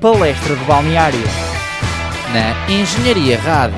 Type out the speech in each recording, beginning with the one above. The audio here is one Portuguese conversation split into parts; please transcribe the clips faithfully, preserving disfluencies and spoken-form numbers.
Palestra do Balneário na Engenharia Rádio.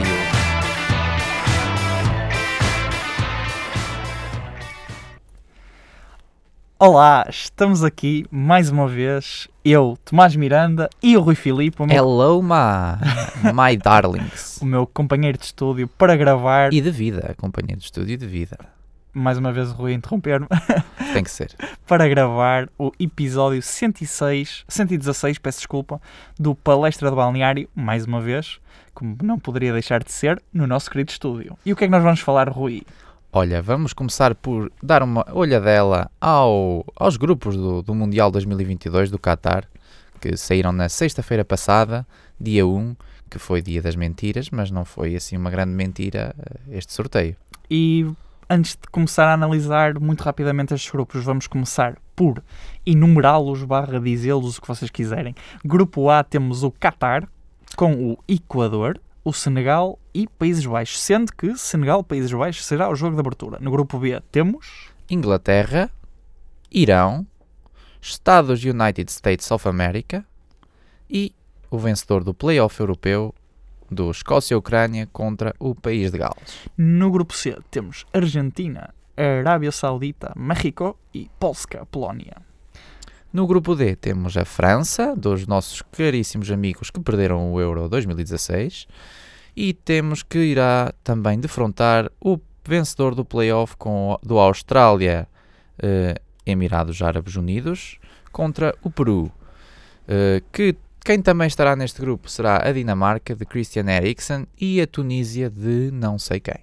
Olá, estamos aqui mais uma vez, eu, Tomás Miranda e o Rui Filipe, o meu, Hello, ma, my darlings. o meu companheiro de estúdio, para gravar, E de vida, companhia de estúdio de vida. mais uma vez o Rui a interromper-me, Tem que ser. para gravar o episódio cento e seis, cento e dezasseis, peço desculpa, do Palestra do Balneário, mais uma vez, como não poderia deixar de ser, no nosso querido estúdio. E o que é que nós vamos falar, Rui? Olha, vamos começar por dar uma olhadela ao, aos grupos do, do Mundial dois mil e vinte e dois do Qatar, que saíram na sexta-feira passada, dia um, que foi dia das mentiras, mas não foi assim uma grande mentira este sorteio. E antes de começar a analisar muito rapidamente estes grupos, vamos começar por enumerá-los, barra dizê-los o que vocês quiserem. Grupo A temos o Qatar, com o Equador, o Senegal e Países Baixos, sendo que Senegal, Países Baixos será o jogo de abertura. No grupo B temos Inglaterra, Irão, Estados United States of America e o vencedor do play-off europeu do Escócia-Ucrânia contra o País de Gales. No grupo C temos Argentina, Arábia Saudita, México e Polska, Polónia. No grupo D temos a França, dos nossos caríssimos amigos que perderam o Euro dois mil e dezasseis, e temos que irá também defrontar o vencedor do play-off com, do Austrália, eh, Emirados Árabes Unidos, contra o Peru, eh, que quem também estará neste grupo será a Dinamarca, de Christian Eriksen, e a Tunísia, de não sei quem.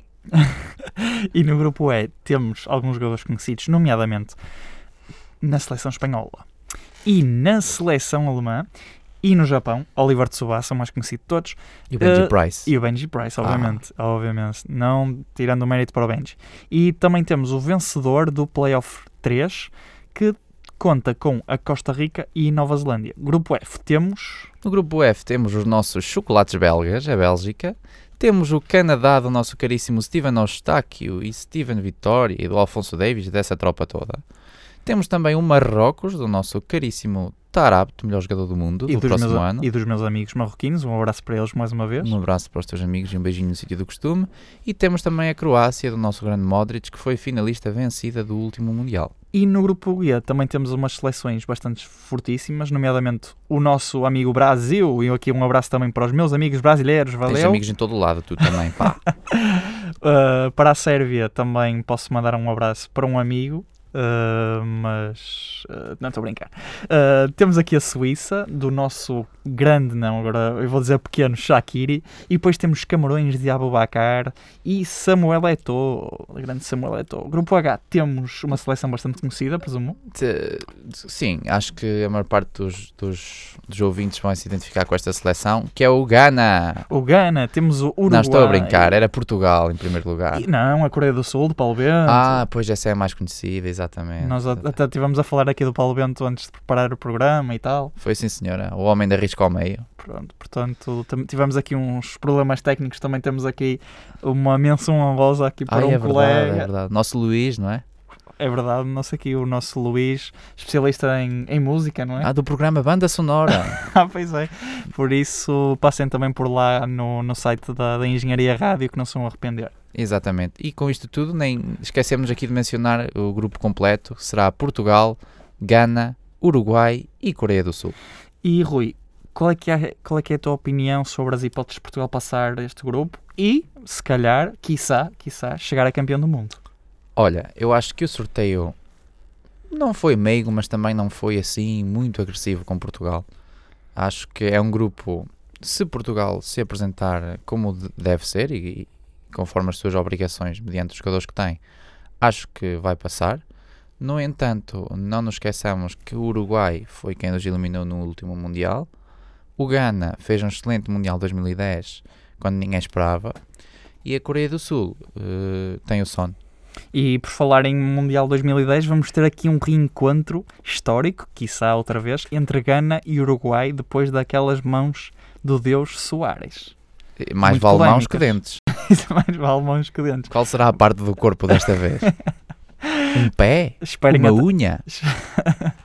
E no grupo E temos alguns jogadores conhecidos, nomeadamente na seleção espanhola e na seleção alemã, e no Japão, Oliver Tsubasa, o mais conhecido de todos, E o Benji uh, Price. e o Benji Price, obviamente, ah. obviamente, não tirando o mérito para o Benji. E também temos o vencedor do Playoff três, que conta com a Costa Rica e Nova Zelândia. Grupo F temos... No grupo F temos os nossos chocolates belgas, a Bélgica. Temos o Canadá do nosso caríssimo Steven Eustáquio e Steven Vitória e do Alfonso Davies, dessa tropa toda. Temos também o Marrocos, do nosso caríssimo Tarabt, o melhor jogador do mundo, e do dos próximo meus, ano. E dos meus amigos marroquinos, um abraço para eles mais uma vez. Um abraço para os teus amigos e um beijinho no sítio do costume. E temos também a Croácia, do nosso grande Modric, que foi finalista vencida do último Mundial. E no grupo G também temos umas seleções bastante fortíssimas, nomeadamente o nosso amigo Brasil, e aqui um abraço também para os meus amigos brasileiros, valeu. Tens amigos em todo o lado, tu também, pá. uh, para a Sérvia também posso mandar um abraço para um amigo, uh, mas uh, não estou a brincar. Uh, temos aqui a Suíça, do nosso grande, não, agora eu vou dizer pequeno, Shaqiri, e depois temos Camarões de Aboubakar e Samuel Eto'o, o grande Samuel Eto'o. Grupo H temos uma seleção bastante conhecida, presumo. Sim, acho que a maior parte dos, dos, dos ouvintes vão se identificar com esta seleção, que é o Ghana. O Ghana, temos o Uruguai. Não, estou a brincar, era Portugal em primeiro lugar. E, não, a Coreia do Sul, do Paulo Bento. Ah, pois essa é a mais conhecida, exatamente. Nós até estivemos a falar aqui do Paulo Bento antes de preparar o programa e tal. Foi sim, senhora. O homem da risco ao meio. Pronto, portanto, tivemos aqui uns problemas técnicos, também temos aqui uma menção honrosa aqui para Ai, um é colega. verdade, é verdade. Nosso Luís, não é? É verdade, não sei aqui, o nosso Luís, especialista em, em música, não é? Ah, do programa Banda Sonora. Ah, pois é. Por isso, passem também por lá no, no site da, da Engenharia Rádio, que não se vão arrepender. Exatamente. E com isto tudo, nem esquecemos aqui de mencionar o grupo completo, que será Portugal, Ghana, Uruguai e Coreia do Sul. E Rui, qual é que é, qual é que é a tua opinião sobre as hipóteses de Portugal passar este grupo e, se calhar, quiçá, quiçá, chegar a campeão do mundo? Olha, eu acho que o sorteio não foi meigo, mas também não foi assim muito agressivo com Portugal. Acho que é um grupo, se Portugal se apresentar como deve ser e, e conforme as suas obrigações mediante os jogadores que tem, acho que vai passar. No entanto, não nos esqueçamos que o Uruguai foi quem nos eliminou no último Mundial. O Ghana fez um excelente Mundial dois mil e dez, quando ninguém esperava. E a Coreia do Sul uh, tem o Son. E por falar em Mundial dois mil e dez, vamos ter aqui um reencontro histórico, quiçá outra vez, entre Ghana e Uruguai, depois daquelas mãos do Deus Soares. Mais Muito vale polémicas. mãos que dentes. Mais vale mãos que dentes. Qual será a parte do corpo desta vez? Um pé? Esperem Uma até... unha?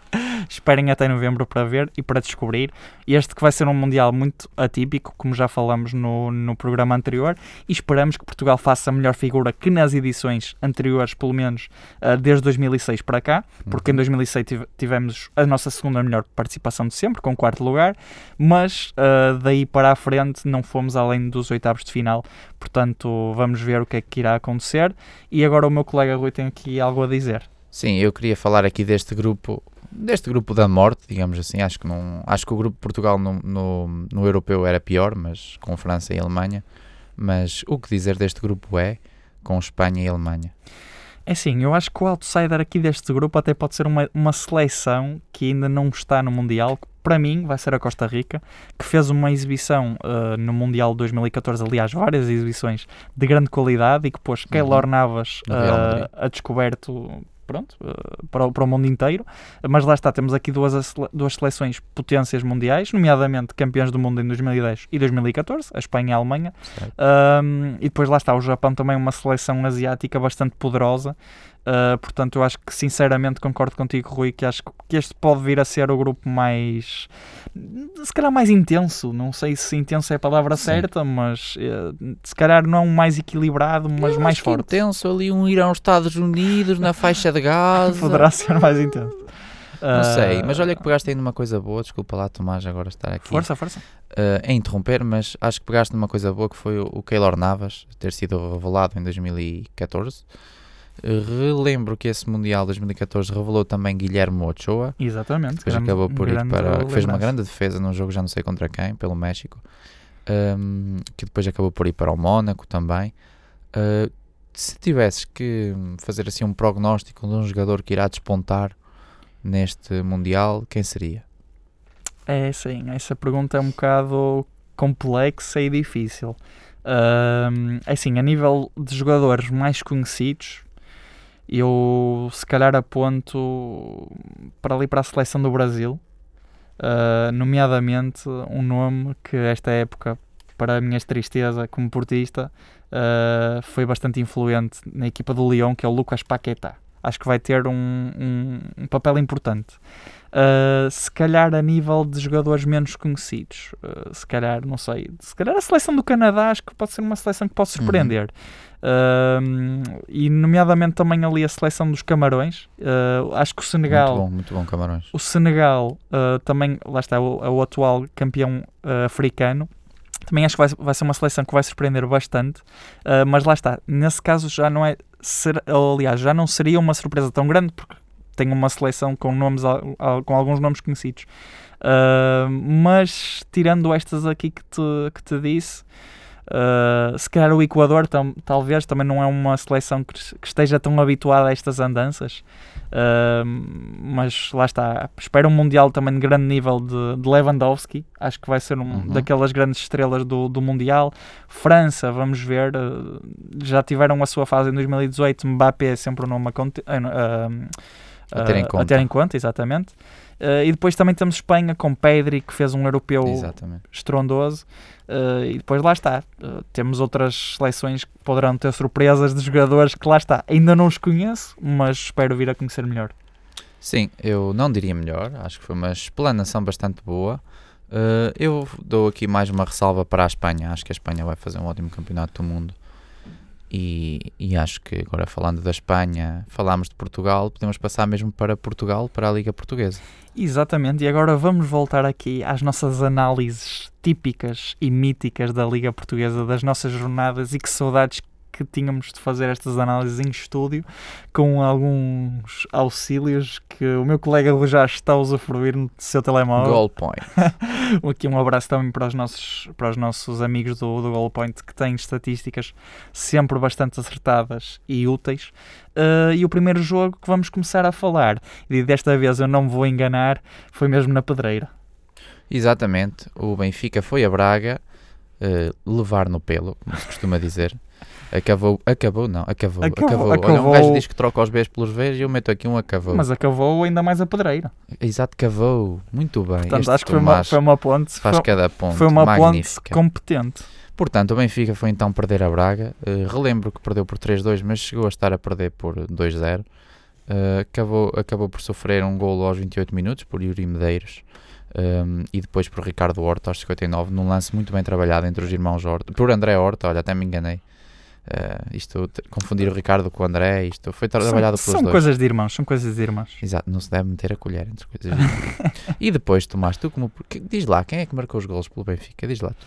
Esperem até novembro para ver e para descobrir. Este que vai ser um Mundial muito atípico, como já falamos no, no programa anterior, e esperamos que Portugal faça a melhor figura que nas edições anteriores, pelo menos uh, desde dois mil e seis para cá, porque uhum. em dois mil e seis tivemos a nossa segunda melhor participação de sempre, com quarto lugar, mas uh, daí para a frente não fomos além dos oitavos de final, portanto vamos ver o que é que irá acontecer. E agora o meu colega Rui tem aqui algo a dizer. Sim, eu queria falar aqui deste grupo, deste grupo da morte, digamos assim. Acho que, não, acho que o grupo de Portugal no, no, no europeu era pior, mas com França e Alemanha. Mas o que dizer deste grupo é, com Espanha e Alemanha? É sim, eu acho que o outsider aqui deste grupo até pode ser uma, uma seleção que ainda não está no Mundial, que para mim vai ser a Costa Rica, que fez uma exibição uh, no Mundial de dois mil e catorze, aliás, várias exibições de grande qualidade e que pôs uhum. Keylor Navas uh, a descoberto... Pronto, uh, para, o, para o mundo inteiro, mas lá está, temos aqui duas, duas seleções potências mundiais, nomeadamente campeões do mundo em dois mil e dez e dois mil e catorze, a Espanha e a Alemanha, um, e depois lá está, o Japão também é uma seleção asiática bastante poderosa, uh, portanto eu acho que sinceramente concordo contigo, Rui, que acho que este pode vir a ser o grupo mais, se calhar mais intenso, não sei se intenso é a palavra Sim. certa, mas uh, se calhar não mais equilibrado, mas eu mais acho forte. Que intenso, ali um ir aos Estados Unidos na faixa de Gaza. Poderá ser mais intenso. Não uh, sei, mas olha que pegaste aí numa coisa boa. Desculpa lá, Tomás, agora estar aqui força, força. Uh, a interromper, mas acho que pegaste numa coisa boa, que foi o, o Keylor Navas ter sido revelado em dois mil e catorze. Uh, relembro que esse Mundial dois mil e catorze revelou também Guilherme Ochoa. Exatamente. Que depois grande, acabou por ir para... Que fez uma grande defesa num jogo, já não sei contra quem, pelo México. Um, que depois acabou por ir para o Mónaco também. Uh, se tivesses que fazer assim um prognóstico de um jogador que irá despontar neste Mundial, quem seria? É sim, essa pergunta é um bocado complexa e difícil. Uh, é assim, a nível de jogadores mais conhecidos, eu se calhar aponto para ali para a seleção do Brasil, uh, nomeadamente um nome que esta época, para a minha tristeza como portista, uh, foi bastante influente na equipa do Lyon, que é o Lucas Paquetá. Acho que vai ter um, um, um papel importante. Uh, se calhar a nível de jogadores menos conhecidos, uh, se calhar, não sei, se calhar a seleção do Canadá acho que pode ser uma seleção que pode surpreender. Uhum. Uh, e nomeadamente também ali a seleção dos Camarões. Uh, acho que o Senegal... Muito bom, muito bom Camarões. O Senegal uh, também, lá está, o, o atual campeão uh, africano. Também acho que vai, vai ser uma seleção que vai surpreender bastante, uh, mas lá está, nesse caso já não é, ser, aliás, já não seria uma surpresa tão grande, porque tem uma seleção com, nomes, com alguns nomes conhecidos. Uh, mas, tirando estas aqui que te, que te disse, uh, se calhar o Equador tam, talvez também não é uma seleção que, que esteja tão habituada a estas andanças. Uh, mas lá está, espero um Mundial também de grande nível de, de Lewandowski, acho que vai ser um, uhum. daquelas grandes estrelas do, do Mundial. França, vamos ver, uh, já tiveram a sua fase em dois mil e dezoito, Mbappé é sempre um nome a, conte- uh, uh, a, ter, em uh, a ter em conta, exatamente. Uh, e depois também temos Espanha com Pedri, que fez um europeu exatamente. estrondoso. Uh, e depois lá está, uh, temos outras seleções que poderão ter surpresas de jogadores que lá está, ainda não os conheço, mas espero vir a conhecer melhor. Sim, eu não diria melhor, acho que foi uma explanação bastante boa. Uh, eu dou aqui mais uma ressalva para a Espanha, acho que a Espanha vai fazer um ótimo campeonato do mundo. E, e acho que agora, falando da Espanha, falámos de Portugal, podemos passar mesmo para Portugal, para a Liga Portuguesa. Exatamente, e agora vamos voltar aqui às nossas análises típicas e míticas da Liga Portuguesa, das nossas jornadas, e que saudades que tínhamos de fazer estas análises em estúdio, com alguns auxílios que o meu colega já está a usufruir no seu telemóvel. Goal Point. Aqui um abraço também para os nossos, para os nossos amigos do, do Goal Point, que têm estatísticas sempre bastante acertadas e úteis. Uh, e o primeiro jogo que vamos começar a falar, e desta vez eu não me vou enganar, foi mesmo na Pedreira. Exatamente, o Benfica foi a Braga uh, levar no pelo, como se costuma dizer. Acabou, acabou, não, acabou, acabou. acabou. acabou. Olha, um gajo diz que troca os Bs pelos Vs e eu meto aqui um acabou. Mas acabou ainda mais a Pedreira. Exato, acabou, muito bem. Portanto, este acho que foi uma, foi uma ponte. Faz foi, cada ponto Foi uma magnífica. ponte competente. Portanto, o Benfica foi então perder a Braga. Uh, relembro que perdeu por três dois, mas chegou a estar a perder por dois zero. uh, acabou, acabou por sofrer um golo aos vinte e oito minutos por Yuri Medeiros. Um, e depois por Ricardo Horta aos cinquenta e nove, num lance muito bem trabalhado entre os irmãos Horta, por André Horta, olha, até me enganei. Uh, isto, te, confundir o Ricardo com o André, isto foi tra- são, trabalhado pelos são dois. coisas de irmãos, são coisas de irmãos. Exato, não se deve meter a colher entre coisas de irmãos. E depois, Tomás, tu como, que, diz lá, quem é que marcou os golos pelo Benfica? Diz lá.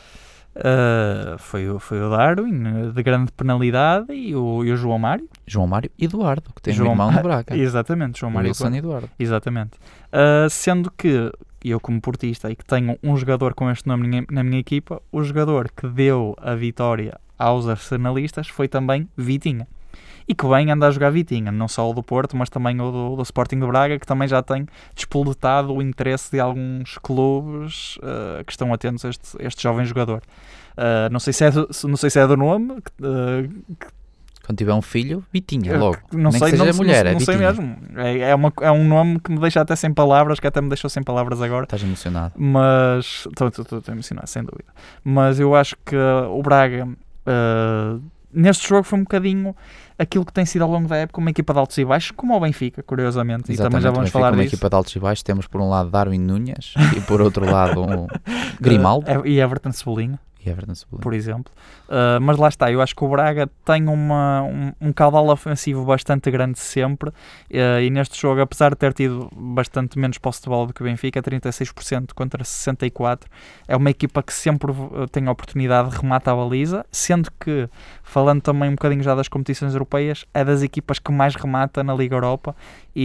Uh, foi, o, foi o Darwin, de grande penalidade, e o, e o João Mário. João Mário Eduardo, que tem João, um irmão no Braga. Exatamente, João Mário Wilson Eduardo. Exatamente. Uh, sendo que eu, como portista, e que tenho um jogador com este nome na minha, na minha equipa, o jogador que deu a vitória aos arsenalistas foi também Vitinha. E que bem anda a jogar Vitinha, não só o do Porto, mas também o do, do Sporting de Braga, que também já tem despoletado o interesse de alguns clubes uh, que estão atentos a este, este jovem jogador. Uh, não, sei se é do, não sei se é do nome, que, uh, que quando tiver um filho, Vitinha, logo. Não Nem sei, que seja não, mulher, não, é não sei Vitinha. mesmo. É, é, uma, é um nome que me deixa até sem palavras, que até me deixou sem palavras agora. Estás emocionado. Mas estou emocionado, sem dúvida. Mas eu acho que uh, o Braga uh, neste jogo foi um bocadinho aquilo que tem sido ao longo da época, uma equipa de altos e baixos, como o Benfica, curiosamente. Exatamente, e também já vamos Benfica, falar uma disso. equipa de altos e baixos. Temos por um lado Darwin Núñez e por outro lado um Grimaldo Uh, e Everton Cebolinha. e Everton Cebolinha. Por exemplo. Uh, mas lá está, eu acho que o Braga tem uma, um, um caudal ofensivo bastante grande sempre, uh, e neste jogo, apesar de ter tido bastante menos posse de bola do que o Benfica, trinta e seis por cento contra sessenta e quatro por cento, é uma equipa que sempre uh, tem a oportunidade de remata a baliza, sendo que, falando também um bocadinho já das competições europeias, é das equipas que mais remata na Liga Europa,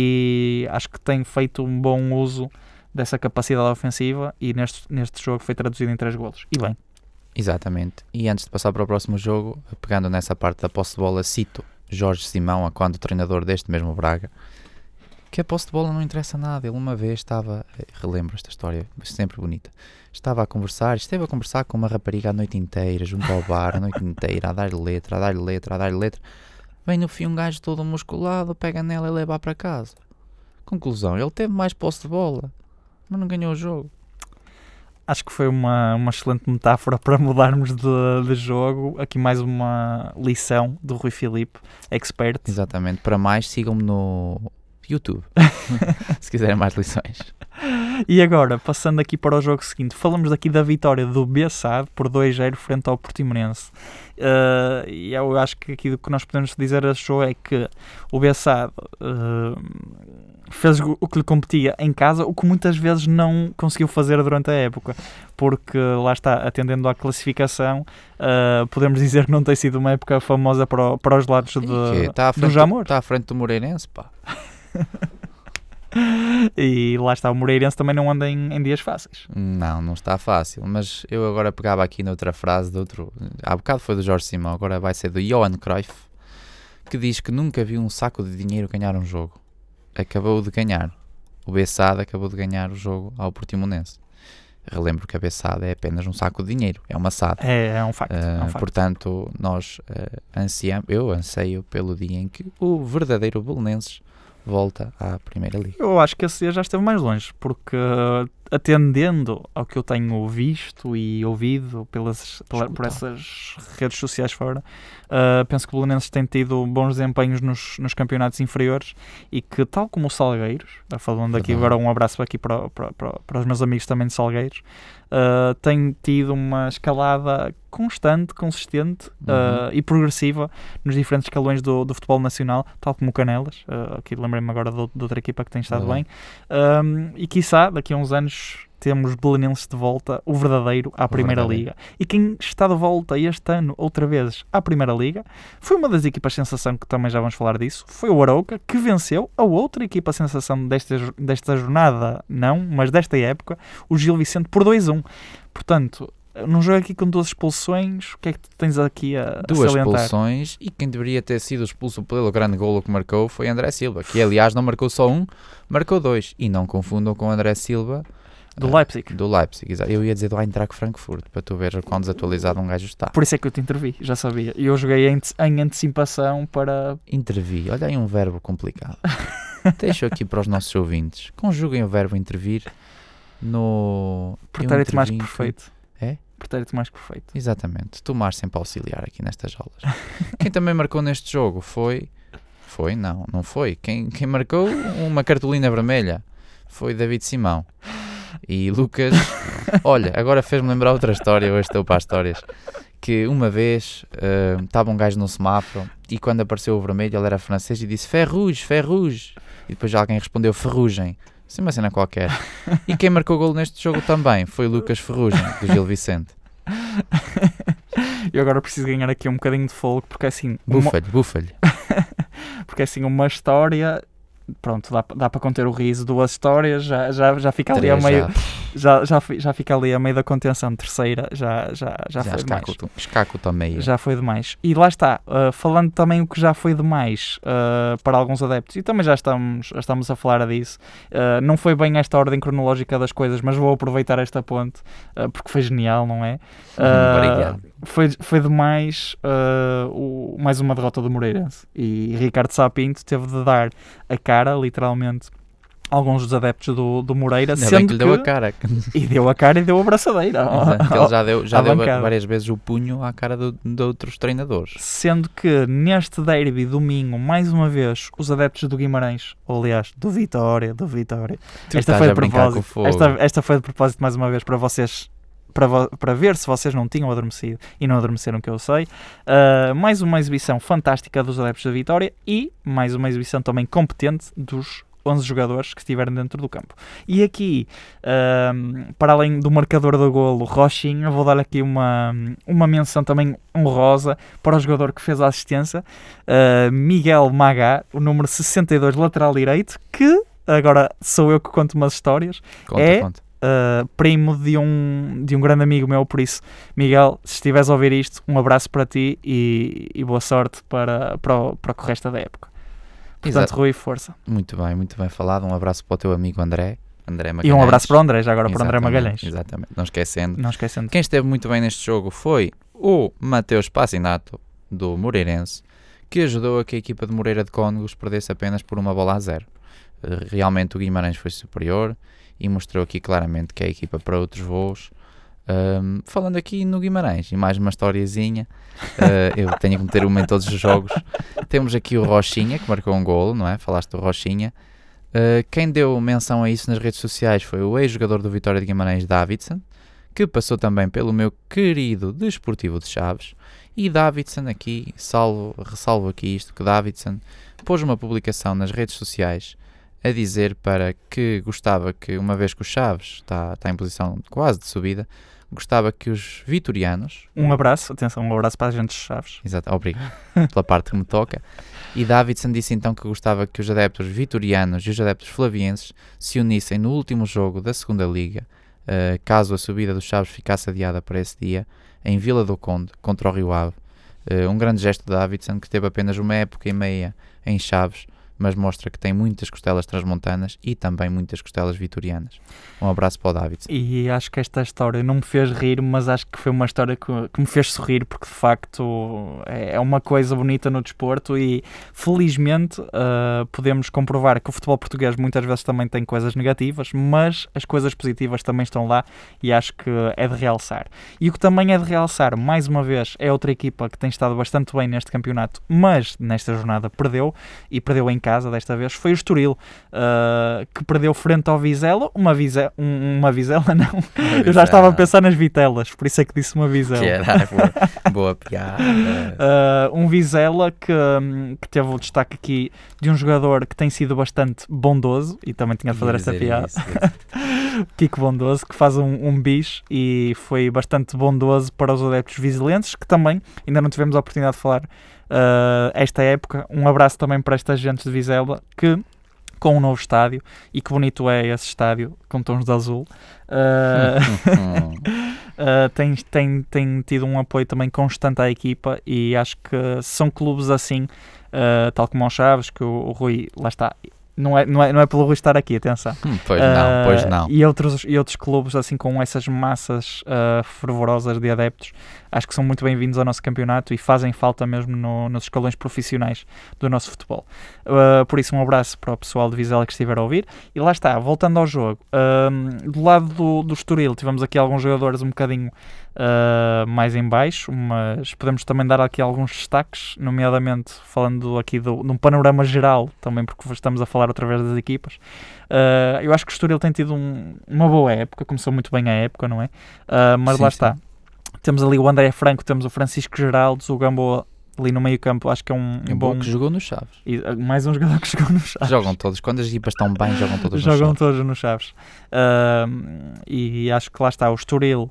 e acho que tem feito um bom uso dessa capacidade ofensiva, e neste, neste jogo foi traduzido em três golos. E bem. Exatamente. E antes de passar para o próximo jogo, pegando nessa parte da posse de bola, cito Jorge Simão, a quando treinador deste mesmo Braga, que a posse de bola não interessa nada. Ele uma vez estava, relembro esta história, sempre bonita, estava a conversar, esteve a conversar com uma rapariga a noite inteira, junto ao bar, a noite inteira, a dar-lhe letra, a dar-lhe letra, a dar-lhe letra. Vem no fim um gajo todo musculado, pega nela e leva para casa. Conclusão, ele teve mais posse de bola, mas não ganhou o jogo. Acho que foi uma, uma excelente metáfora para mudarmos de, de jogo. Aqui mais uma lição do Rui Filipe, expert. Exatamente. Para mais, sigam-me no YouTube, se quiserem mais lições. E agora, passando aqui para o jogo seguinte, falamos aqui da vitória do Bessade por dois a zero frente ao Portimonense. Uh, e eu acho que aqui o que nós podemos dizer a show é que o Bessade uh, fez o que lhe competia em casa, o que muitas vezes não conseguiu fazer durante a época, porque lá está, atendendo à classificação, uh, podemos dizer que não tem sido uma época famosa para, o, para os lados de, tá do Jamor. Está à frente do Moreirense, pá. E lá está, o Moreirense também não anda em, em dias fáceis. Não, não está fácil, mas eu agora pegava aqui noutra frase de outro, há bocado foi do Jorge Simão, agora vai ser do Johan Cruyff, que diz que nunca viu um saco de dinheiro ganhar um jogo. Acabou de ganhar. O Bessade acabou de ganhar o jogo ao Portimonense. Relembro que a Bessade é apenas um saco de dinheiro, é uma S A D. É, é um facto. Uh, é um facto. Portanto, nós uh, ansiamos, eu anseio pelo dia em que o verdadeiro Belenenses volta à Primeira Liga. Eu acho que esse dia já esteve mais longe, porque atendendo ao que eu tenho visto e ouvido pelas, pela, por essas redes sociais fora, uh, penso que o Belenenses tem tido bons desempenhos nos, nos campeonatos inferiores e que, tal como o Salgueiros, falando aqui agora um abraço aqui para, para, para, para os meus amigos também de Salgueiros, uh, tem tido uma escalada constante, consistente uhum. uh, e progressiva nos diferentes escalões do, do futebol nacional, tal como o Canelas, uh, aqui lembrei-me agora de, de outra equipa que tem estado uhum. bem, um, e quiçá daqui a uns anos temos Belenenses de volta, o verdadeiro, à Primeira Liga. E quem está de volta este ano, outra vez, à Primeira Liga, foi uma das equipas sensação, que também já vamos falar disso, foi o Arouca, que venceu a outra equipa sensação desta, desta jornada, não, mas desta época, o Gil Vicente, por dois a um. Portanto, num jogo aqui com duas expulsões, o que é que tu tens aqui a, duas a salientar? Duas expulsões, e quem deveria ter sido expulso pelo grande golo que marcou foi André Silva, que aliás não marcou só um, marcou dois. E não confundam com André Silva do Leipzig. Do Leipzig, exato. Eu ia dizer do Eintracht Frankfurt, para tu ver quão desatualizado um gajo está. Por isso é que eu te intervi, já sabia. E eu joguei em, em antecipação para... Intervi, olha aí um verbo complicado. Deixo aqui para os nossos ouvintes. Conjuguem o verbo intervir no... Pretérito mais que perfeito. É? Pretérito mais que perfeito. Exatamente. Tomás sempre auxiliar aqui nestas aulas. Quem também marcou neste jogo foi Foi? Não, não foi. Quem, quem marcou uma cartolina vermelha foi David Simão. E Lucas, olha, agora fez-me lembrar outra história, hoje estou para as histórias, que uma vez uh, estava um gajo no semáforo e quando apareceu o vermelho ele era francês e disse Ferrugem, Ferrugem. E depois alguém respondeu Ferrugem. Assim uma cena qualquer. E quem marcou o golo neste jogo também foi Lucas Ferrugem, do Gil Vicente. Eu agora preciso ganhar aqui um bocadinho de fogo, porque assim... Bufa-lhe, uma... bufa-lhe. Porque assim, uma história... Pronto, dá, dá para conter o riso. Duas histórias, já, já, já fica ali Três, a meio... Já. Já, já, já fica ali a meio da contenção. Terceira, já, já, já, já foi demais. Escaco também. Já foi demais. E lá está, uh, falando também o que já foi demais uh, para alguns adeptos, e também já estamos, já estamos a falar disso, uh, não foi bem esta ordem cronológica das coisas, mas vou aproveitar esta ponte, uh, porque foi genial, não é? Uh, Obrigado. Foi, foi demais uh, o, mais uma derrota do Moreirense. E Ricardo Sá Pinto teve de dar a cara, literalmente, alguns dos adeptos do, do Moreira, Ainda sendo bem que lhe deu que... a cara. E deu a cara e deu a abraçadeira. Exato, ele já deu, já deu bancada. várias vezes o punho à cara do, de outros treinadores. Sendo que neste derby domingo, mais uma vez, os adeptos do Guimarães, ou aliás, do Vitória, do Vitória, Tu esta estás foi, a de brincar com o propósito, fogo. esta, esta foi de propósito mais uma vez para vocês, para, vo, para ver se vocês não tinham adormecido e não adormeceram, que eu sei. Uh, mais uma exibição fantástica dos adeptos da Vitória e mais uma exibição também competente dos onze jogadores que estiveram dentro do campo. E aqui, uh, para além do marcador do golo, Rochinha, vou dar aqui uma, uma menção também honrosa para o jogador que fez a assistência, uh, Miguel Magá, o número sessenta e dois, lateral direito, que agora sou eu que conto umas histórias. Conta, é conta. Uh, primo de um, de um grande amigo meu, por isso, Miguel, se estiveres a ouvir isto, um abraço para ti e, e boa sorte para, para, o, para o resto da época. Portanto, Exato. Rui, força. Muito bem, muito bem falado. Um abraço para o teu amigo André. André Magalhães. E um abraço para o André, já agora para o André Exatamente, Magalhães. Exatamente, não esquecendo. Não esquecendo. Quem esteve muito bem neste jogo foi o Mateus Passinato, do Moreirense, que ajudou a que a equipa de Moreira de Cónegos perdesse apenas por uma bola a zero. Realmente o Guimarães foi superior e mostrou aqui claramente que é a equipa para outros voos. Um, falando aqui no Guimarães, e mais uma historiazinha, uh, eu tenho que meter uma em todos os jogos. Temos aqui o Rochinha, que marcou um golo, não é? Falaste do Rochinha. Uh, quem deu menção a isso nas redes sociais foi o ex-jogador do Vitória de Guimarães, Davidson, que passou também pelo meu querido Desportivo de Chaves. E Davidson aqui, salvo, ressalvo aqui isto, que Davidson pôs uma publicação nas redes sociais a dizer para que gostava que, uma vez que o Chaves está, está em posição quase de subida, gostava que os vitorianos... Um abraço, atenção, um abraço para a gente dos Chaves. Exato, obrigado pela parte que me toca. E Davidson disse então que gostava que os adeptos vitorianos e os adeptos flavienses se unissem no último jogo da segunda Liga, uh, caso a subida dos Chaves ficasse adiada para esse dia, em Vila do Conde, contra o Rio Ave. Uh, um grande gesto de Davidson, que teve apenas uma época e meia em Chaves, mas mostra que tem muitas costelas transmontanas e também muitas costelas vitorianas. Um abraço para o Davidson. E acho que esta história não me fez rir, mas acho que foi uma história que, que me fez sorrir, porque de facto é, é uma coisa bonita no desporto e felizmente uh, podemos comprovar que o futebol português muitas vezes também tem coisas negativas, mas as coisas positivas também estão lá e acho que é de realçar. E o que também é de realçar, mais uma vez, é outra equipa que tem estado bastante bem neste campeonato, mas nesta jornada perdeu, e perdeu em casa desta vez, foi o Estoril, uh, que perdeu frente ao Vizela, uma, vize, um, uma Vizela não, uma eu já estava a pensar nas vitelas, por isso é que disse uma Vizela. Que era, boa, boa piada. Uh, um Vizela que, que teve o destaque aqui de um jogador que tem sido bastante bondoso, e também tinha de fazer esta piada, isso, isso. Kiko Bondoso, que faz um, um bis e foi bastante bondoso para os adeptos vizelenses, que também ainda não tivemos a oportunidade de falar Uh, esta época. Um abraço também para esta gente de Vizela, que com um novo estádio, e que bonito é esse estádio com tons de azul, uh, uh, tem, tem, tem tido um apoio também constante à equipa, e acho que são clubes assim, uh, tal como o Chaves, que o, o Rui, lá está, Não é, não, é, não é pelo Rui estar aqui, atenção. Hum, pois não, uh, pois não. E outros, e outros clubes, assim, com essas massas uh, fervorosas de adeptos, acho que são muito bem-vindos ao nosso campeonato e fazem falta mesmo no, nos escalões profissionais do nosso futebol. Uh, por isso, um abraço para o pessoal de Vizela que estiver a ouvir. E lá está, voltando ao jogo, uh, do lado do, do Estoril, tivemos aqui alguns jogadores um bocadinho uh, mais em baixo, mas podemos também dar aqui alguns destaques, nomeadamente falando aqui do, de um panorama geral, também porque estamos a falar outra vez das equipas. Uh, eu acho que o Estoril tem tido um, uma boa época, começou muito bem a época, não é? Uh, mas Sim, lá sim. está. Temos ali o André Franco, temos o Francisco Geraldes, o Gamboa ali no meio campo, acho que é um, um bom bom... que jogou nos Chaves. E, uh, mais um jogador que jogou no Chaves. Jogam todos. Quando as equipas estão bem, jogam todos nos Jogam Chaves. todos no Chaves. Uh, e acho que lá está, o Estoril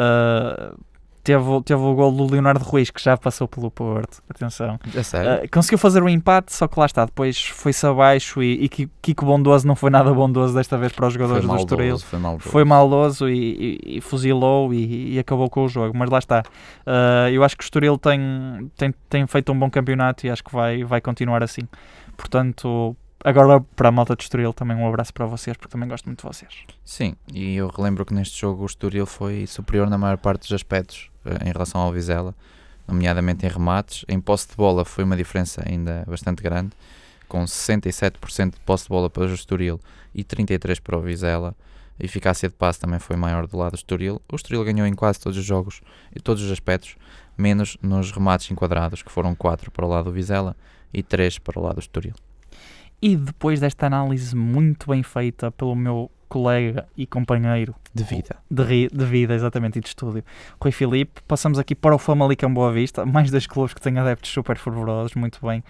uh, teve, teve o gol do Leonardo Ruiz, que já passou pelo Porto, atenção. É sério? Uh, conseguiu fazer o empate, só que lá está, depois foi-se abaixo e, e Kiko Bondoso não foi nada bondoso desta vez para os jogadores Foi do Estoril. maldoso, foi maldoso. Foi maldoso e, e, e fuzilou e, e acabou com o jogo, mas lá está. Uh, eu acho que o Estoril tem, tem, tem feito um bom campeonato e acho que vai, vai continuar assim. Portanto, agora para a malta de Estoril também um abraço para vocês, porque também gosto muito de vocês. Sim, e eu relembro que neste jogo o Estoril foi superior na maior parte dos aspectos uh, em relação ao Vizela, nomeadamente em remates. Em posse de bola foi uma diferença ainda bastante grande, com sessenta e sete por cento de posse de bola para o Estoril e trinta e três por cento para o Vizela. A eficácia de passe também foi maior do lado do Estoril. O Estoril ganhou em quase todos os jogos e todos os aspectos, menos nos remates enquadrados, que foram quatro para o lado do Vizela e três para o lado do Estoril. E depois desta análise muito bem feita pelo meu colega e companheiro De vida. de, ri, de vida, exatamente, e de estúdio, Rui Filipe, passamos aqui para o Famalicão Boa Vista, mais dois clubes que têm adeptos super fervorosos, muito bem,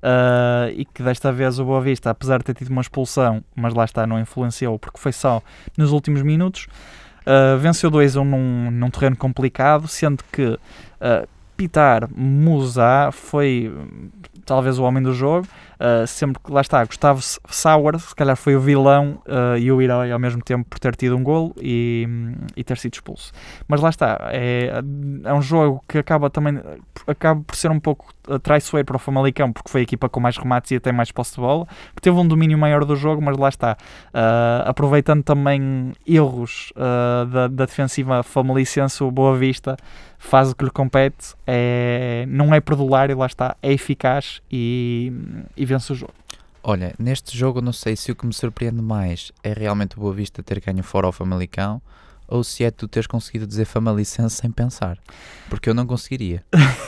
uh, e que desta vez o Boa Vista, apesar de ter tido uma expulsão, mas lá está, não influenciou, porque foi só nos últimos minutos, uh, venceu dois a um num, num terreno complicado, sendo que uh, Pitar Musa foi talvez o homem do jogo, uh, sempre que lá está, Gustavo Sauer se calhar foi o vilão uh, e o herói ao mesmo tempo por ter tido um golo e, e ter sido expulso, mas lá está, é, é um jogo que acaba também acaba por ser um pouco traiçoeiro para o Famalicão, porque foi a equipa com mais remates e até mais posse de bola, que teve um domínio maior do jogo, mas lá está, uh, aproveitando também erros uh, da, da defensiva famalicense, o Boa Vista faz o que lhe compete, é, não é perdular e lá está, é eficaz e, e vence o jogo. Olha, neste jogo não sei se o que me surpreende mais é realmente o Boa Vista ter ganho fora ao Famalicão ou se é tu teres conseguido dizer Famalicense sem pensar, porque eu não conseguiria.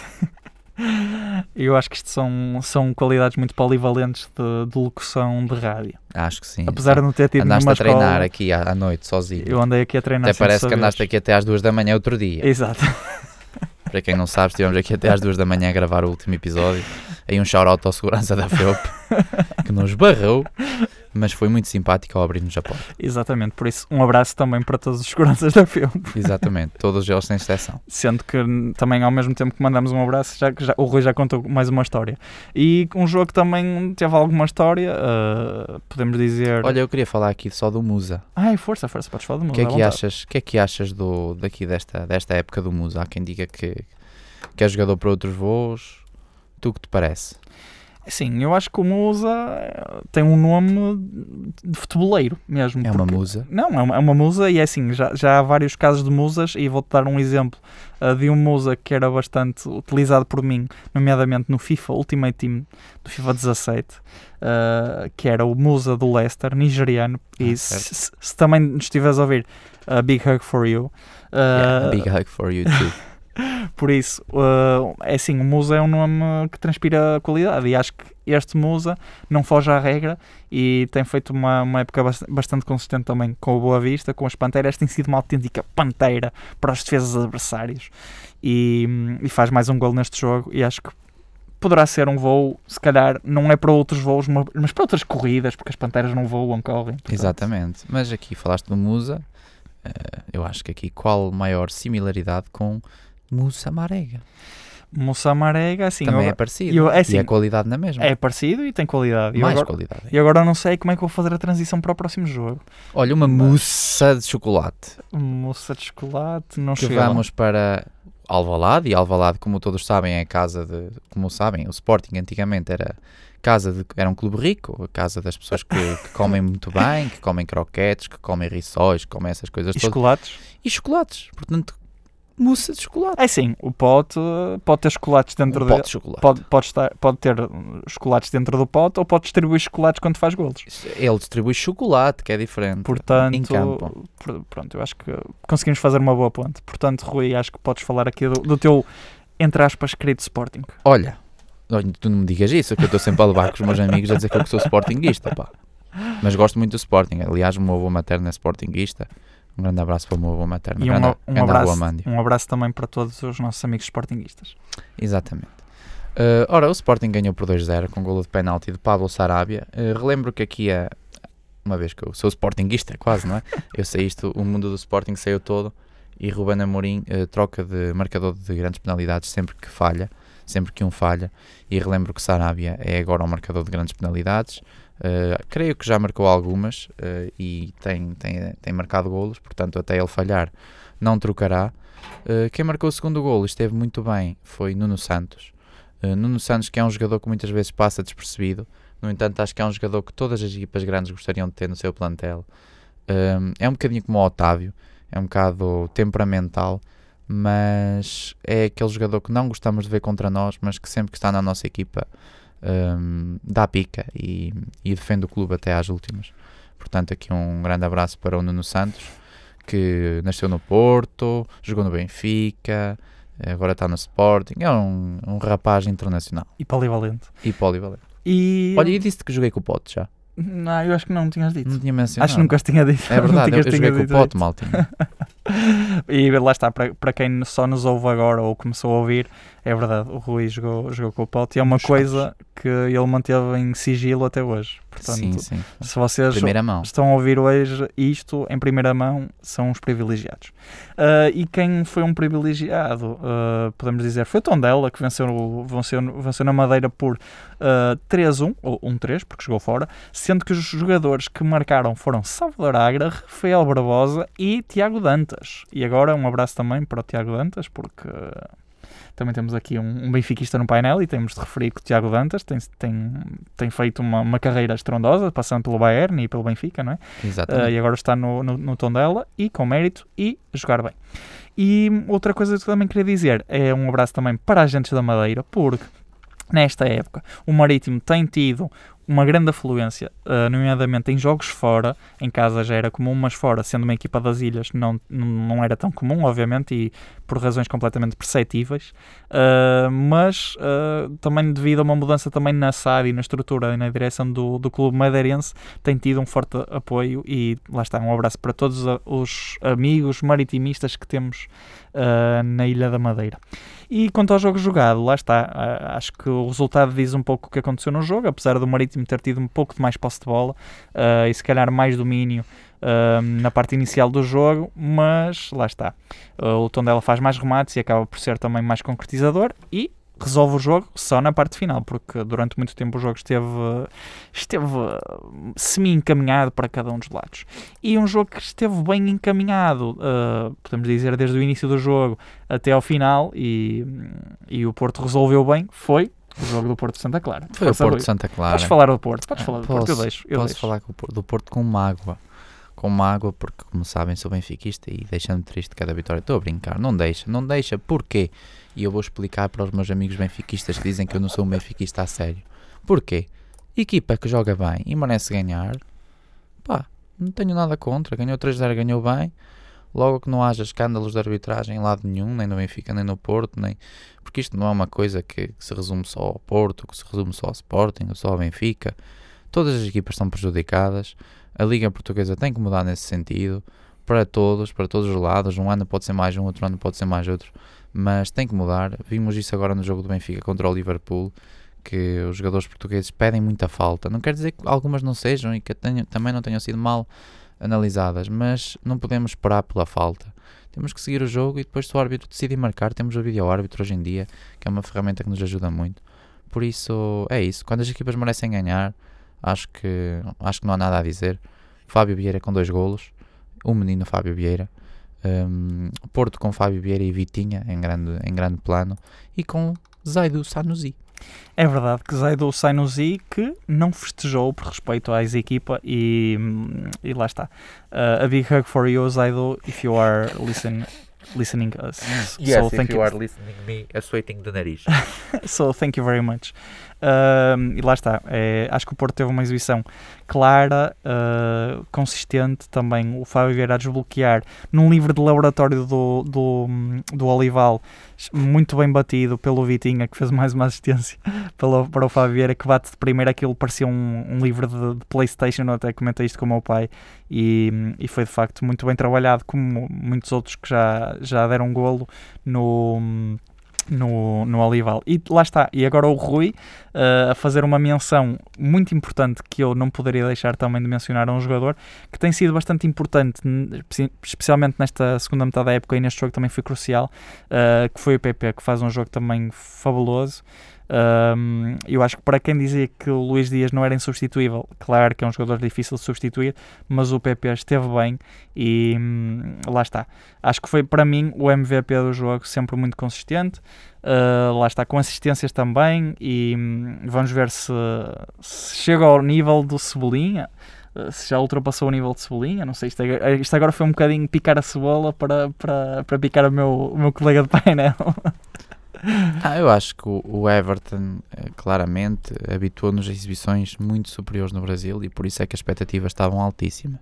Eu acho que isto são, são qualidades muito polivalentes de, de locução de rádio. Acho que sim. Apesar sim. de não ter tido Andaste nenhuma a treinar escola, aqui à, à noite sozinho. eu andei aqui a treinar Até sem parece que saber. andaste aqui até às duas da manhã outro dia. Exato. Para quem não sabe, estivemos aqui até às duas da manhã a gravar o último episódio. Aí um shout-out ao segurança da F E U P que nos barrou, mas foi muito simpático ao abrir-nos a porta. Exatamente, por isso um abraço também para todos os seguranças da F E U P. Exatamente, todos eles sem exceção. Sendo que também ao mesmo tempo que mandamos um abraço, já, já, o Rui já contou mais uma história. E um jogo que também teve alguma história, uh, podemos dizer... Olha, eu queria falar aqui só do Musa. Ai, força, força, podes falar do Musa. O que é que achas, que é que achas do, daqui desta, desta época do Musa? Há quem diga que, que é jogador para outros voos. Tu o que te parece? Sim, eu acho que o Musa tem um nome de futeboleiro mesmo. É uma porque, musa? Não, é uma, é uma musa e é assim, já, já há vários casos de musas e vou-te dar um exemplo uh, de um musa que era bastante utilizado por mim, nomeadamente no FIFA Ultimate Team do FIFA dezassete, uh, que era o musa do Leicester, nigeriano, Ah, e se, se, se também nos estiveres a ouvir, a uh, big hug for you. Uh, Yeah, a big hug for you too. Por isso, uh, é assim, o Musa é um nome que transpira qualidade e acho que este Musa não foge à regra e tem feito uma, uma época bastante consistente também com o Boa Vista, com as Panteras, tem sido uma autêntica pantera para os defesas adversários e, e faz mais um gol neste jogo e acho que poderá ser um voo, se calhar não é para outros voos, mas para outras corridas, porque as Panteras não voam, correm. Portanto. Exatamente, mas aqui falaste do Musa, uh, eu acho que aqui qual maior similaridade com Musa Marega? Musa Marega, assim... Também eu, é parecido, eu, é assim, e é qualidade na mesma. É parecido e tem qualidade. Mais e agora, qualidade. E agora não sei como é que vou fazer a transição para o próximo jogo. Olha, uma mousse de chocolate. Mousse de chocolate, não Que chega. vamos para Alvalade, e Alvalade, como todos sabem, é casa de... Como sabem, o Sporting antigamente era... Casa de, era um clube rico, a casa das pessoas que, que comem muito bem, que comem croquetes, que comem rissóis, que comem essas coisas E todas. chocolates? E chocolates. Portanto, mousse de chocolate. É sim, o pote pode ter chocolates dentro Um dele. pote de chocolate. Pode, pode, estar, pode ter chocolates dentro do pote ou pode distribuir chocolates quando faz golos. Ele distribui chocolate, que é diferente. Portanto, em campo. pr- pronto, eu acho que conseguimos fazer uma boa ponte. Portanto, Rui, acho que podes falar aqui do, do teu, entre aspas, querido Sporting. Olha, olha, tu não me digas isso, que eu estou sempre a levar com os meus amigos a dizer que eu sou sportinguista, pá. Mas gosto muito do Sporting. Aliás, o meu avô materno é sportinguista. Um grande abraço para o meu avô materno. E um, grande, um, grande avô abraço, Amândio. um abraço também para todos os nossos amigos sportinguistas. Exatamente. Uh, ora, o Sporting ganhou por dois a zero com golo de penalti de Pablo Sarabia. Uh, relembro que aqui é, uma vez que eu sou sportinguista, quase, não é? Eu sei isto, o mundo do Sporting saiu todo e Ruben Amorim uh, troca de marcador de grandes penalidades sempre que falha, sempre que um falha. E relembro que Sarabia é agora o marcador de grandes penalidades. Uh, creio que já marcou algumas uh, e tem, tem, tem marcado golos, portanto até ele falhar não trocará. Uh, quem marcou o segundo golo e esteve muito bem foi Nuno Santos. Uh, Nuno Santos, que é um jogador que muitas vezes passa despercebido, no entanto acho que é um jogador que todas as equipas grandes gostariam de ter no seu plantel. Uh, é um bocadinho como o Otávio, é um bocado temperamental, mas é aquele jogador que não gostamos de ver contra nós, mas que sempre que está na nossa equipa Um, dá pica e, e defende o clube até às últimas. Portanto, aqui um grande abraço para o Nuno Santos, que nasceu no Porto, jogou no Benfica, agora está no Sporting. É um, um rapaz internacional E polivalente. e polivalente. E... Olha, e disse-te que joguei com o Pote já. Não, eu acho que não, tinhas dito. Não tinha mencionado. Acho que nunca os tinha dito. É verdade, Nunca eu, os eu tinha joguei com o dito Pote, isso. maltinho. E lá está, para, para quem só nos ouve agora ou começou a ouvir, é verdade, o Rui jogou, jogou com o Pote e é uma Nos coisa que ele manteve em sigilo até hoje. Portanto, Sim, sim. se vocês Primeira mão. estão a ouvir hoje isto em primeira mão, são os privilegiados. Uh, e quem foi um privilegiado, uh, podemos dizer, foi o Tondela, que venceu, venceu, venceu na Madeira por uh, três a um, ou um três, porque jogou fora, sendo que os jogadores que marcaram foram Salvador Agra, Rafael Barbosa e Tiago Dantas. E agora um abraço também para o Tiago Dantas, porque... Também temos aqui um, um benfiquista no painel e temos de referir que o Tiago Dantas tem, tem, tem feito uma, uma carreira estrondosa, passando pelo Bayern e pelo Benfica, não é? Exatamente. Uh, e agora está no, no, no Tondela e com mérito e a jogar bem. E outra coisa que eu também queria dizer é um abraço também para a Agentes da Madeira, porque nesta época o Marítimo tem tido uma grande afluência, uh, nomeadamente em jogos fora. Em casa já era comum, mas fora, sendo uma equipa das ilhas, não, não era tão comum, obviamente, e por razões completamente perceptíveis, uh, mas uh, também devido a uma mudança também na S A D e na estrutura e na direção do, do clube madeirense, tem tido um forte apoio e lá está, um abraço para todos os amigos maritimistas que temos uh, na Ilha da Madeira. E quanto ao jogo jogado, lá está, uh, acho que o resultado diz um pouco o que aconteceu no jogo, apesar do Marítimo ter tido um pouco de mais posse de bola uh, e se calhar mais domínio uh, na parte inicial do jogo, mas lá está, uh, o Tondela faz mais remates e acaba por ser também mais concretizador e resolve o jogo só na parte final, porque durante muito tempo o jogo esteve, esteve semi-encaminhado para cada um dos lados. E um jogo que esteve bem encaminhado, uh, podemos dizer, desde o início do jogo até ao final, e, e o Porto resolveu bem, foi o jogo do Porto de Santa Clara. Foi Força, o Porto Rui. de Santa Clara. Podes falar do Porto, podes Ah, falar do posso, Porto, eu deixo. Eu posso deixo. falar com o Porto, do Porto com mágoa. Com mágoa, porque, como sabem, sou benfiquista e deixando triste cada vitória. Estou a brincar, não deixa, não deixa, porquê? E eu vou explicar para os meus amigos benfiquistas que dizem que eu não sou um benfiquista a sério. Porquê? Equipa que joga bem e merece ganhar, pá, não tenho nada contra. Ganhou três a zero, ganhou bem. Logo que não haja escândalos de arbitragem em lado nenhum, nem no Benfica, nem no Porto, nem... porque isto não é uma coisa que, que se resume só ao Porto, que se resume só ao Sporting, ou só ao Benfica. Todas as equipas estão prejudicadas. A Liga Portuguesa tem que mudar nesse sentido, para todos, para todos os lados. Um ano pode ser mais um, outro ano pode ser mais outro, mas tem que mudar. Vimos isso agora no jogo do Benfica contra o Liverpool, que os jogadores portugueses pedem muita falta. Não quer dizer que algumas não sejam e que tenham, também não tenham sido mal analisadas, mas não podemos esperar pela falta. Temos que seguir o jogo e depois, se o árbitro decidir marcar, temos o vídeo-árbitro hoje em dia, que é uma ferramenta que nos ajuda muito. Por isso, é isso. Quando as equipas merecem ganhar, acho que, acho que não há nada a dizer. Fábio Vieira com dois golos, o menino Fábio Vieira, um, Porto com Fábio Vieira e Vitinha em grande, em grande plano, e com Zaidu Sanusi. É verdade que Zaidu Sanusi, que não festejou por respeito à ex-equipa e, e lá está. Uh, a big hug for you, Zaidu, if you are listening listening us. Yes, so if thank you you. are listening me, assoiting de nariz. So thank you very much. Uh, e lá está. É, acho que o Porto teve uma exibição clara, uh, consistente. Também o Fábio Vieira a desbloquear num livro de laboratório do, do, do Olival, muito bem batido pelo Vitinha, que fez mais uma assistência pelo, para o Fábio Vieira, que bate de primeiro. Aquilo parecia um, um livro de, de PlayStation. Eu até comentei isto com o meu pai e, e foi de facto muito bem trabalhado, como muitos outros que já, já deram golo no... No, no Olival. E lá está. E agora o Rui uh, a fazer uma menção muito importante, que eu não poderia deixar também de mencionar a um jogador que tem sido bastante importante, especialmente nesta segunda metade da época, e neste jogo também foi crucial, uh, que foi o P P, que faz um jogo também fabuloso. Um, eu acho que para quem dizia que o Luís Dias não era insubstituível, claro que é um jogador difícil de substituir, mas o P P esteve bem e hum, lá está. Acho que foi para mim o M V P do jogo, sempre muito consistente, uh, lá está, com assistências também, e hum, vamos ver se, se chega ao nível do Cebolinha, uh, se já ultrapassou o nível de Cebolinha. Não sei, isto, é, isto agora foi um bocadinho picar a cebola para, para, para picar o meu, o meu colega de painel. Ah, eu acho que o, o Everton claramente habituou-nos a exibições muito superiores no Brasil e por isso é que as expectativas estavam altíssimas.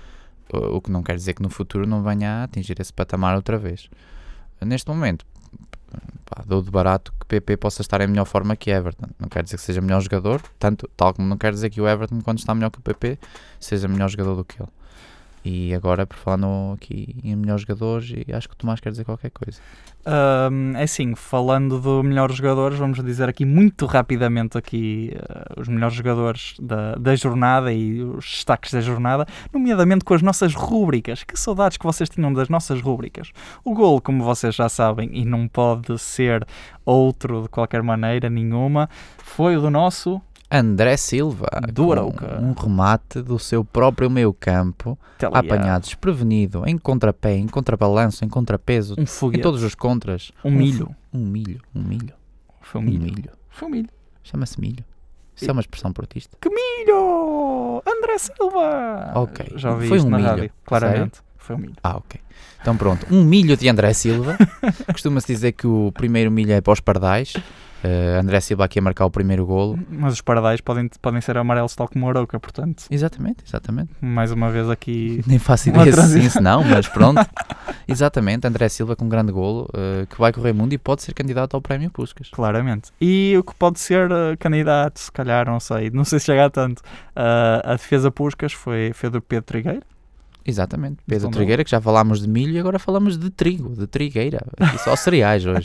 O, o que não quer dizer que no futuro não venha a atingir esse patamar outra vez. Neste momento, pá, dou de barato que P P possa estar em melhor forma que Everton. Não quer dizer que seja melhor jogador, tanto, tal como não quer dizer que o Everton, quando está melhor que o P P, seja melhor jogador do que ele. E agora, por falar no, aqui em melhores jogadores, e acho que o Tomás quer dizer qualquer coisa. Um, é assim, falando de melhores jogadores, vamos dizer aqui muito rapidamente aqui uh, os melhores jogadores da, da jornada e os destaques da jornada, nomeadamente com as nossas rúbricas. Que saudades que vocês tinham das nossas rúbricas. O golo, como vocês já sabem, e não pode ser outro de qualquer maneira nenhuma, foi o do nosso... André Silva, do Arouca. Um remate do seu próprio meio campo, apanhado desprevenido, em contrapé, em contrabalanço, em contrapeso, um foguete. Em todos os contras. Um milho. Um milho, um milho. Foi um milho. Um milho. Foi um milho. Chama-se milho. Isso e... é uma expressão portista. Que milho! André Silva! Ok. Já ouvi Foi isto um na milho. rádio, claramente. Sério? Foi um milho. Ah, ok. Então pronto, um milho de André Silva. Costuma-se dizer que o primeiro milho é para os pardais. Uh, André Silva aqui a marcar o primeiro golo. Mas os pardais podem, podem ser amarelos tal como o Arouca, portanto... Exatamente, exatamente. Mais uma vez aqui... Nem faço ideia se sim, não, mas pronto. Exatamente, André Silva com um grande golo, uh, que vai correr mundo e pode ser candidato ao Prémio Puskás. Claramente. E o que pode ser uh, candidato, se calhar, não sei, não sei se chega a tanto. Uh, a defesa Puskás foi, foi do Pedro Trigueiro. Exatamente, Pedro então, Trigueira, que já falámos de milho e agora falamos de trigo, de trigueira, aqui só cereais hoje.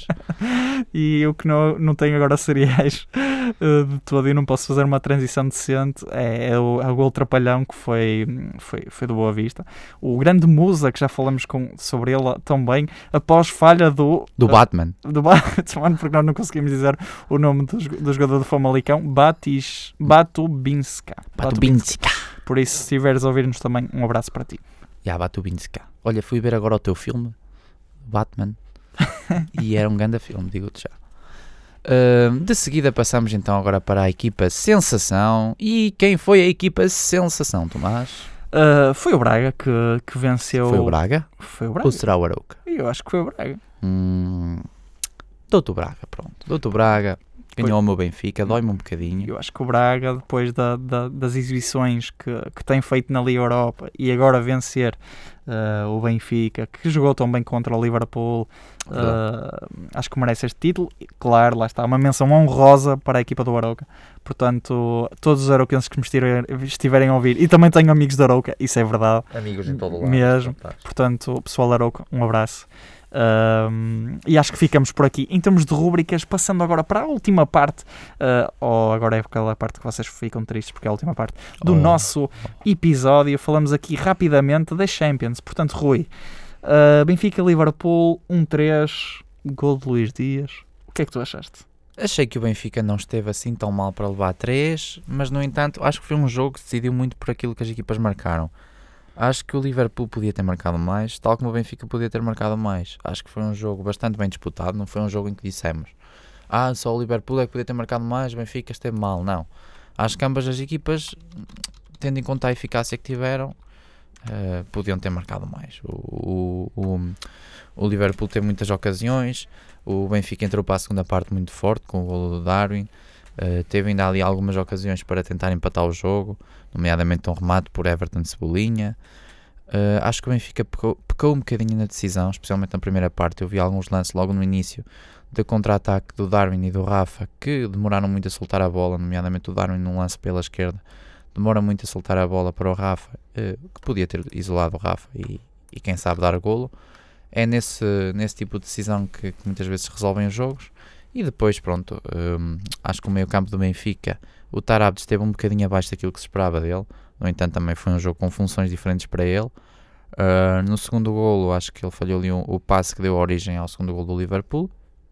E eu que não, não tenho agora cereais uh, de todo e não posso fazer uma transição decente, é, é, o, é o gol trapalhão que foi, foi, foi do Boa Vista. O grande Musa, que já falamos com, sobre ele também, após falha do... Do Batman. Uh, do Batman, porque nós não conseguimos dizer o nome do, do jogador do Famalicão, Batis, Batubinska. Batubinska. Por isso, se estiveres a ouvir-nos também, um abraço para ti. Já, Batubinska. Olha, fui ver agora o teu filme, Batman, e era um grande filme, digo-te já. Uh, de seguida passamos então agora para a equipa Sensação. E quem foi a equipa Sensação, Tomás? Uh, foi o Braga que, que venceu... Foi o Braga? Foi o Braga. Ou será o Arouca? Eu acho que foi o Braga. Hum, Doutor Braga, pronto. Doutor Braga... Ganhou o meu Benfica, dói-me um bocadinho. Eu acho que o Braga, depois da, da, das exibições que, que tem feito na Liga Europa e agora vencer uh, o Benfica, que jogou tão bem contra o Liverpool, uh, acho que merece este título. Claro, lá está, uma menção honrosa para a equipa do Arouca. Portanto, todos os arauquenses que me estiverem, estiverem a ouvir, e também tenho amigos do Arouca, isso é verdade. Amigos em todo o lado. Mesmo. Portanto, pessoal Arouca, um abraço. Um, e acho que ficamos por aqui em termos de rúbricas, passando agora para a última parte, uh, ou agora é aquela parte que vocês ficam tristes porque é a última parte do oh. nosso episódio. Falamos aqui rapidamente da Champions. Portanto, Rui, uh, Benfica-Liverpool um três, gol de Luís Dias. O que é que tu achaste? Achei que o Benfica não esteve assim tão mal para levar três, mas no entanto acho que foi um jogo que se decidiu muito por aquilo que as equipas marcaram. Acho que o Liverpool podia ter marcado mais, tal como o Benfica podia ter marcado mais. Acho que foi um jogo bastante bem disputado, não foi um jogo em que dissemos ah, só o Liverpool é que podia ter marcado mais, o Benfica esteve mal. Não. Acho que ambas as equipas, tendo em conta a eficácia que tiveram, uh, podiam ter marcado mais. O, o, o, o Liverpool teve muitas ocasiões, o Benfica entrou para a segunda parte muito forte com o golo do Darwin, uh, teve ainda ali algumas ocasiões para tentar empatar o jogo, nomeadamente um remate por Everton Cebolinha. Uh, acho que o Benfica pecou, pecou um bocadinho na decisão, especialmente na primeira parte. Eu vi alguns lances logo no início de contra-ataque do Darwin e do Rafa que demoraram muito a soltar a bola, nomeadamente o Darwin num lance pela esquerda demora muito a soltar a bola para o Rafa, uh, que podia ter isolado o Rafa e, e quem sabe dar golo. É nesse, nesse tipo de decisão que, que muitas vezes se resolvem os jogos. E depois, pronto, um, acho que o meio campo do Benfica, o Tarabdes esteve um bocadinho abaixo daquilo que se esperava dele. No entanto, também foi um jogo com funções diferentes para ele. Uh, no segundo golo, acho que ele falhou ali o, o passe que deu origem ao segundo golo do Liverpool.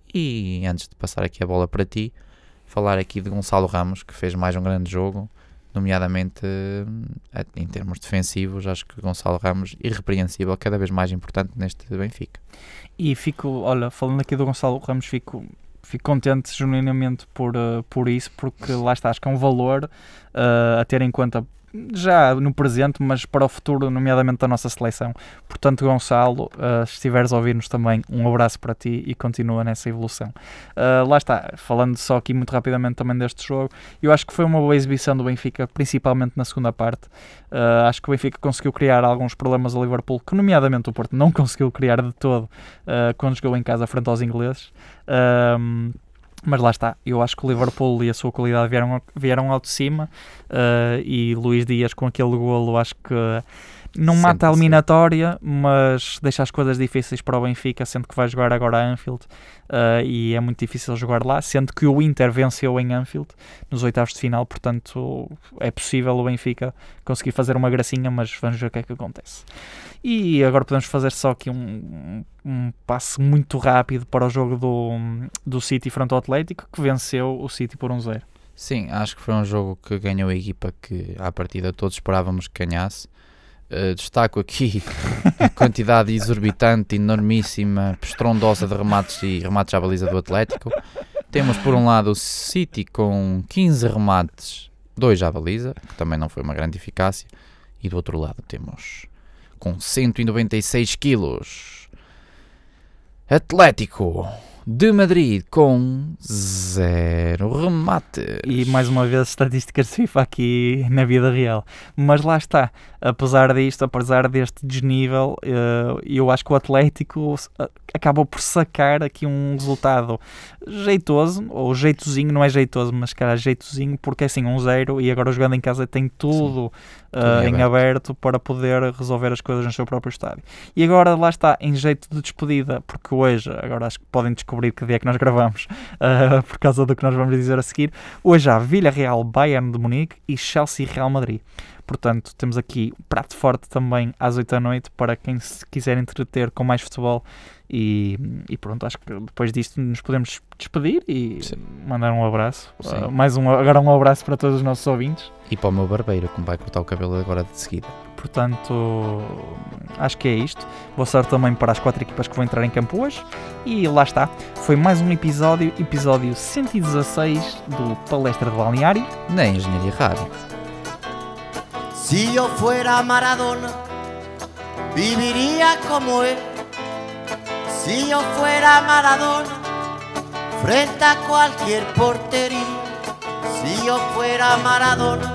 E antes de passar aqui a bola para ti, falar aqui de Gonçalo Ramos, que fez mais um grande jogo, nomeadamente uh, em termos defensivos. Acho que Gonçalo Ramos, irrepreensível, cada vez mais importante neste Benfica. E fico, olha, falando aqui do Gonçalo Ramos, fico... Fico contente genuinamente por, uh, por isso, porque lá está, acho que é um valor uh, a ter em conta já no presente, mas para o futuro, nomeadamente da nossa seleção. Portanto, Gonçalo, uh, se estiveres a ouvir-nos também, um abraço para ti e continua nessa evolução. Uh, lá está, falando só aqui muito rapidamente também deste jogo, eu acho que foi uma boa exibição do Benfica, principalmente na segunda parte. Uh, acho que o Benfica conseguiu criar alguns problemas ao Liverpool, que nomeadamente o Porto não conseguiu criar de todo uh, quando jogou em casa frente aos ingleses. Uh, Mas lá está, eu acho que o Liverpool e a sua qualidade vieram, vieram ao de cima uh, e Luís Dias com aquele golo acho que não mata a eliminatória, mas deixa as coisas difíceis para o Benfica, sendo que vai jogar agora a Anfield uh, e é muito difícil jogar lá, sendo que o Inter venceu em Anfield nos oitavos de final, portanto é possível o Benfica conseguir fazer uma gracinha, mas vamos ver o que é que acontece. E agora podemos fazer só aqui um, um passo muito rápido para o jogo do, do City frente ao Atlético, que venceu o City por um zero. Sim, acho que foi um jogo que ganhou a equipa que à partida todos esperávamos que ganhasse. Uh, destaco aqui a quantidade exorbitante, enormíssima, estrondosa de remates e remates à baliza do Atlético. Temos por um lado o City com quinze remates, dois à baliza, que também não foi uma grande eficácia, e do outro lado temos com cento e noventa e seis quilos Atlético de Madrid com zero remate. E mais uma vez estatísticas de FIFA aqui na vida real. Mas lá está, apesar disto, apesar deste desnível, eu acho que o Atlético acabou por sacar aqui um resultado jeitoso, ou jeitozinho, não é jeitoso, mas cara, jeitozinho, porque é assim, um zero e agora jogando em casa tem tudo, uh, em aberto. aberto para poder resolver as coisas no seu próprio estádio. E agora lá está, em jeito de despedida, porque hoje, agora acho que podem descobrir que dia é que nós gravamos, uh, por causa do que nós vamos dizer a seguir, hoje há Villarreal Bayern de Munique e Chelsea Real Madrid. Portanto, temos aqui um prato forte também às oito da noite para quem se quiser entreter com mais futebol. E, e pronto, acho que depois disto nos podemos despedir e Sim. mandar um abraço. Uh, mais um, agora um abraço para todos os nossos ouvintes. E para o meu barbeiro, que me vai cortar o cabelo agora de seguida. Portanto, acho que é isto. Boa sorte também para as quatro equipas que vão entrar em campo hoje. E lá está. Foi mais um episódio, episódio cento e dezasseis do Palestra de Balneário na Engenharia Rádio. Si yo fuera Maradona, viviría como él. Si yo fuera Maradona, frente a cualquier portería. Si yo fuera Maradona,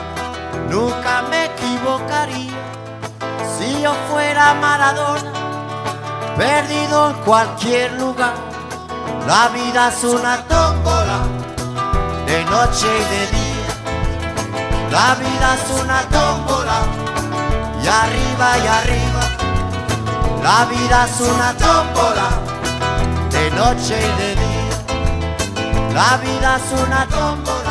nunca me equivocaría. Si yo fuera Maradona, perdido en cualquier lugar. La vida es una tómbola, de noche y de día. La vida es una tómbola, y arriba y arriba. La vida es una tómbola, de noche y de día. La vida es una tómbola.